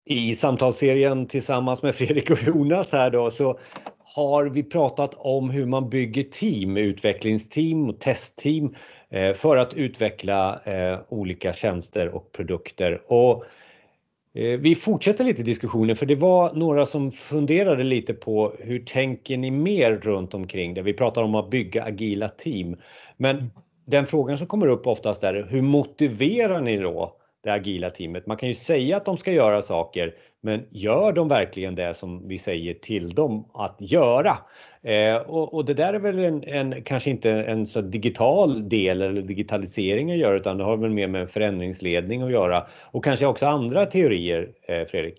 I samtalsserien tillsammans med Fredrik och Jonas här då så har vi pratat om hur man bygger team, utvecklingsteam och testteam för att utveckla olika tjänster och produkter. Och vi fortsätter lite diskussionen för det var några som funderade lite på hur tänker ni mer runt omkring det. Vi pratar om att bygga agila team. Men den frågan som kommer upp oftast är hur motiverar ni då det agila teamet? Man kan ju säga att de ska göra saker, men gör de verkligen det som vi säger till dem att göra? Och det där är väl kanske inte en så digital del eller digitalisering att göra, utan det har väl mer med förändringsledning att göra. Och kanske också andra teorier, Fredrik?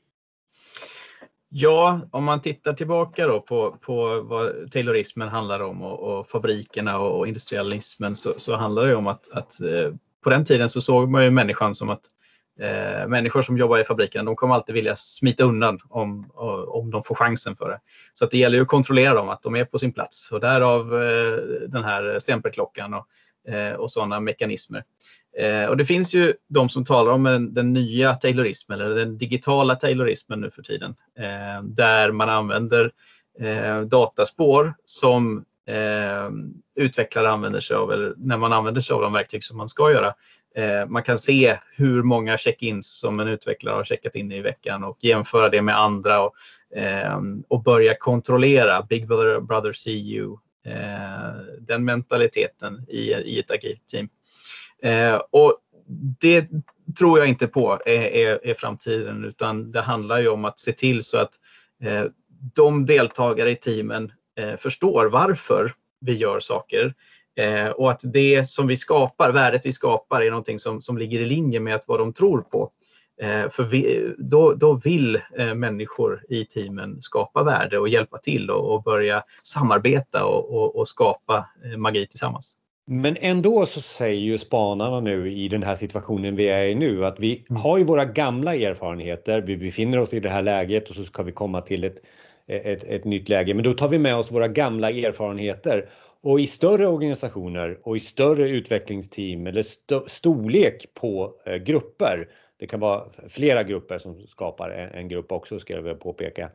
Ja, om man tittar tillbaka då på vad Taylorismen handlar om och fabrikerna och industrialismen så handlar det om att på den tiden så såg man ju människan som att människor som jobbar i fabriken, de kommer alltid vilja smita undan om de får chansen för det. Så att det gäller ju att kontrollera dem, att de är på sin plats. Och därav den här stämpelklockan och sådana mekanismer. Och det finns ju de som talar om den nya Taylorismen eller den digitala Taylorismen nu för tiden. Där man använder dataspår som utvecklare använder sig av, eller när man använder sig av de verktyg som man ska göra. Man kan se hur många check-ins som en utvecklare har checkat in i veckan och jämföra det med andra och börja kontrollera Big Brother see you, den mentaliteten i ett agilt team. Och det tror jag inte på är framtiden, utan det handlar ju om att se till så att de deltagare i teamen förstår varför vi gör saker. Och att det som vi skapar, värdet vi skapar, är någonting som ligger i linje med vad de tror på. För då vill människor i teamen skapa värde och hjälpa till och börja samarbeta och skapa magi tillsammans. Men ändå så säger ju spanarna nu i den här situationen vi är i nu att vi har ju våra gamla erfarenheter, vi befinner oss i det här läget och så ska vi komma till ett nytt läge. Men då tar vi med oss våra gamla erfarenheter. Och i större organisationer och i större utvecklingsteam eller storlek på grupper, det kan vara flera grupper som skapar en grupp också, ska jag väl påpeka,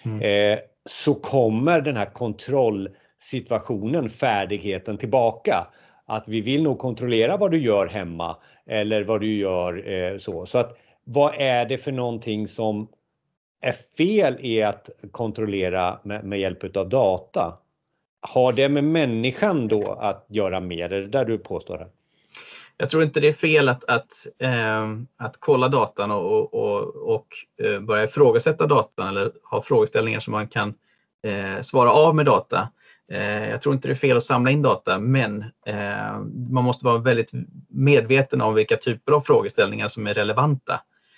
så kommer den här kontrollsituationen, färdigheten tillbaka. Att vi vill nog kontrollera vad du gör hemma eller vad du gör så. Så att vad är det för någonting som är fel i att kontrollera med hjälp av data? Har det med människan då att göra mer? Är det där du påstår det? Jag tror inte det är fel att kolla datan och börja ifrågasätta datan eller ha frågeställningar som man kan svara av med data. Jag tror inte det är fel att samla in data, men man måste vara väldigt medveten om vilka typer av frågeställningar som är relevanta.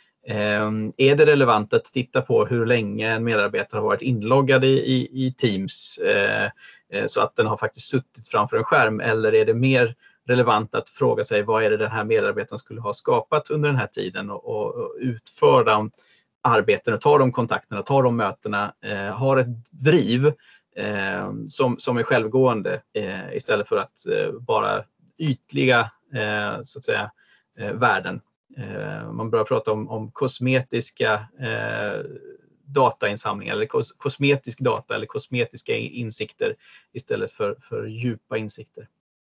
Är det relevant att titta på hur länge en medarbetare har varit inloggad i Teams så att den har faktiskt suttit framför en skärm, eller är det mer relevant att fråga sig vad är det den här medarbetaren skulle ha skapat under den här tiden och utföra de arbeten och ta de kontakterna, ta de mötena, har ett driv som är självgående istället för att bara ytliga så att säga värden. Man börjar prata om kosmetiska datainsamlingar eller kosmetisk data eller kosmetiska insikter istället för djupa insikter.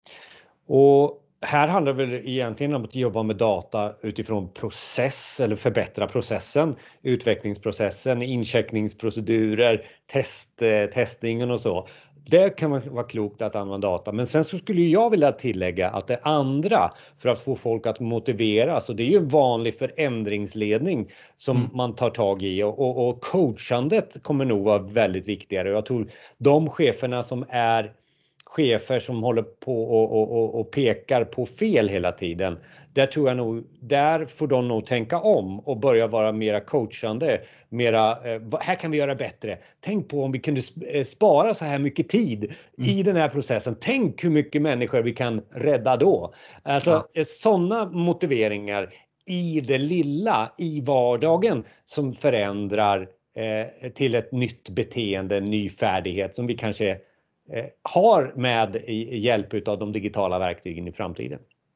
Och här handlar det väl egentligen om att jobba med data utifrån process eller förbättra processen, utvecklingsprocessen, incheckningsprocedurer, testningen och så. Det kan man vara klokt att använda data. Men sen så skulle jag vilja tillägga att det andra för att få folk att motiveras, och det är ju en vanlig förändringsledning som man tar tag i, och coachandet kommer nog vara väldigt viktigare. Jag tror de cheferna som är chefer som håller på och pekar på fel hela tiden, där tror jag nog, där får de nog tänka om och börja vara mera coachande, mera, här kan vi göra bättre. Tänk på om vi kunde spara så här mycket tid i den här processen. Tänk hur mycket människor vi kan rädda då. Alltså sådana motiveringar i det lilla, i vardagen, som förändrar till ett nytt beteende, en ny färdighet som vi kanske har med hjälp av de digitala verktygen i framtiden.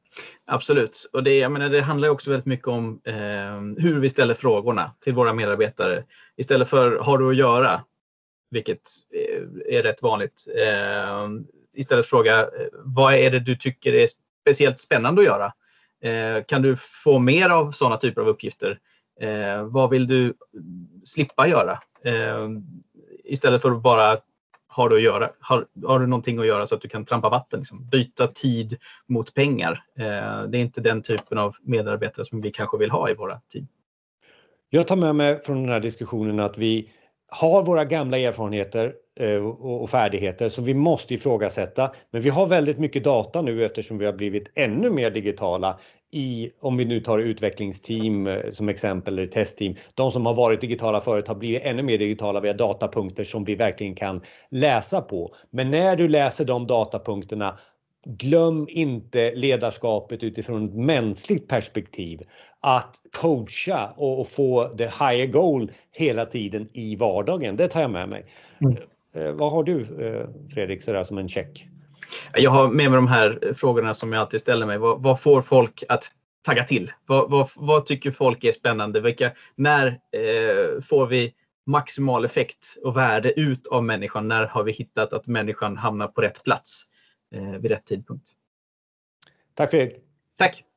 Absolut. Och det handlar ju också väldigt mycket om hur vi ställer frågorna till våra medarbetare. Istället för har du att göra, vilket är rätt vanligt. Istället fråga vad är det du tycker är speciellt spännande att göra? Kan du få mer av sådana typer av uppgifter? Vad vill du slippa göra? Istället för att bara har du att göra. Har du någonting att göra så att du kan trampa vatten? Liksom. Byta tid mot pengar. Det är inte den typen av medarbetare som vi kanske vill ha i våra team. Jag tar med mig från den här diskussionen att vi har våra gamla erfarenheter och färdigheter som vi måste ifrågasätta. Men vi har väldigt mycket data nu eftersom vi har blivit ännu mer digitala om vi nu tar utvecklingsteam som exempel eller testteam. De som har varit digitala förut har blivit ännu mer digitala via datapunkter som vi verkligen kan läsa på. Men när du läser de datapunkterna, glöm inte ledarskapet utifrån ett mänskligt perspektiv. Att coacha och få the higher goal hela tiden i vardagen. Det tar jag med mig. Vad har du, Fredrik, sådär som en check? Jag har med mig de här frågorna som jag alltid ställer mig. Vad får folk att tagga till? Vad tycker folk är spännande? När får vi maximal effekt och värde ut av människan? När har vi hittat att människan hamnar på rätt plats vid rätt tidpunkt? Tack Fredrik. Tack.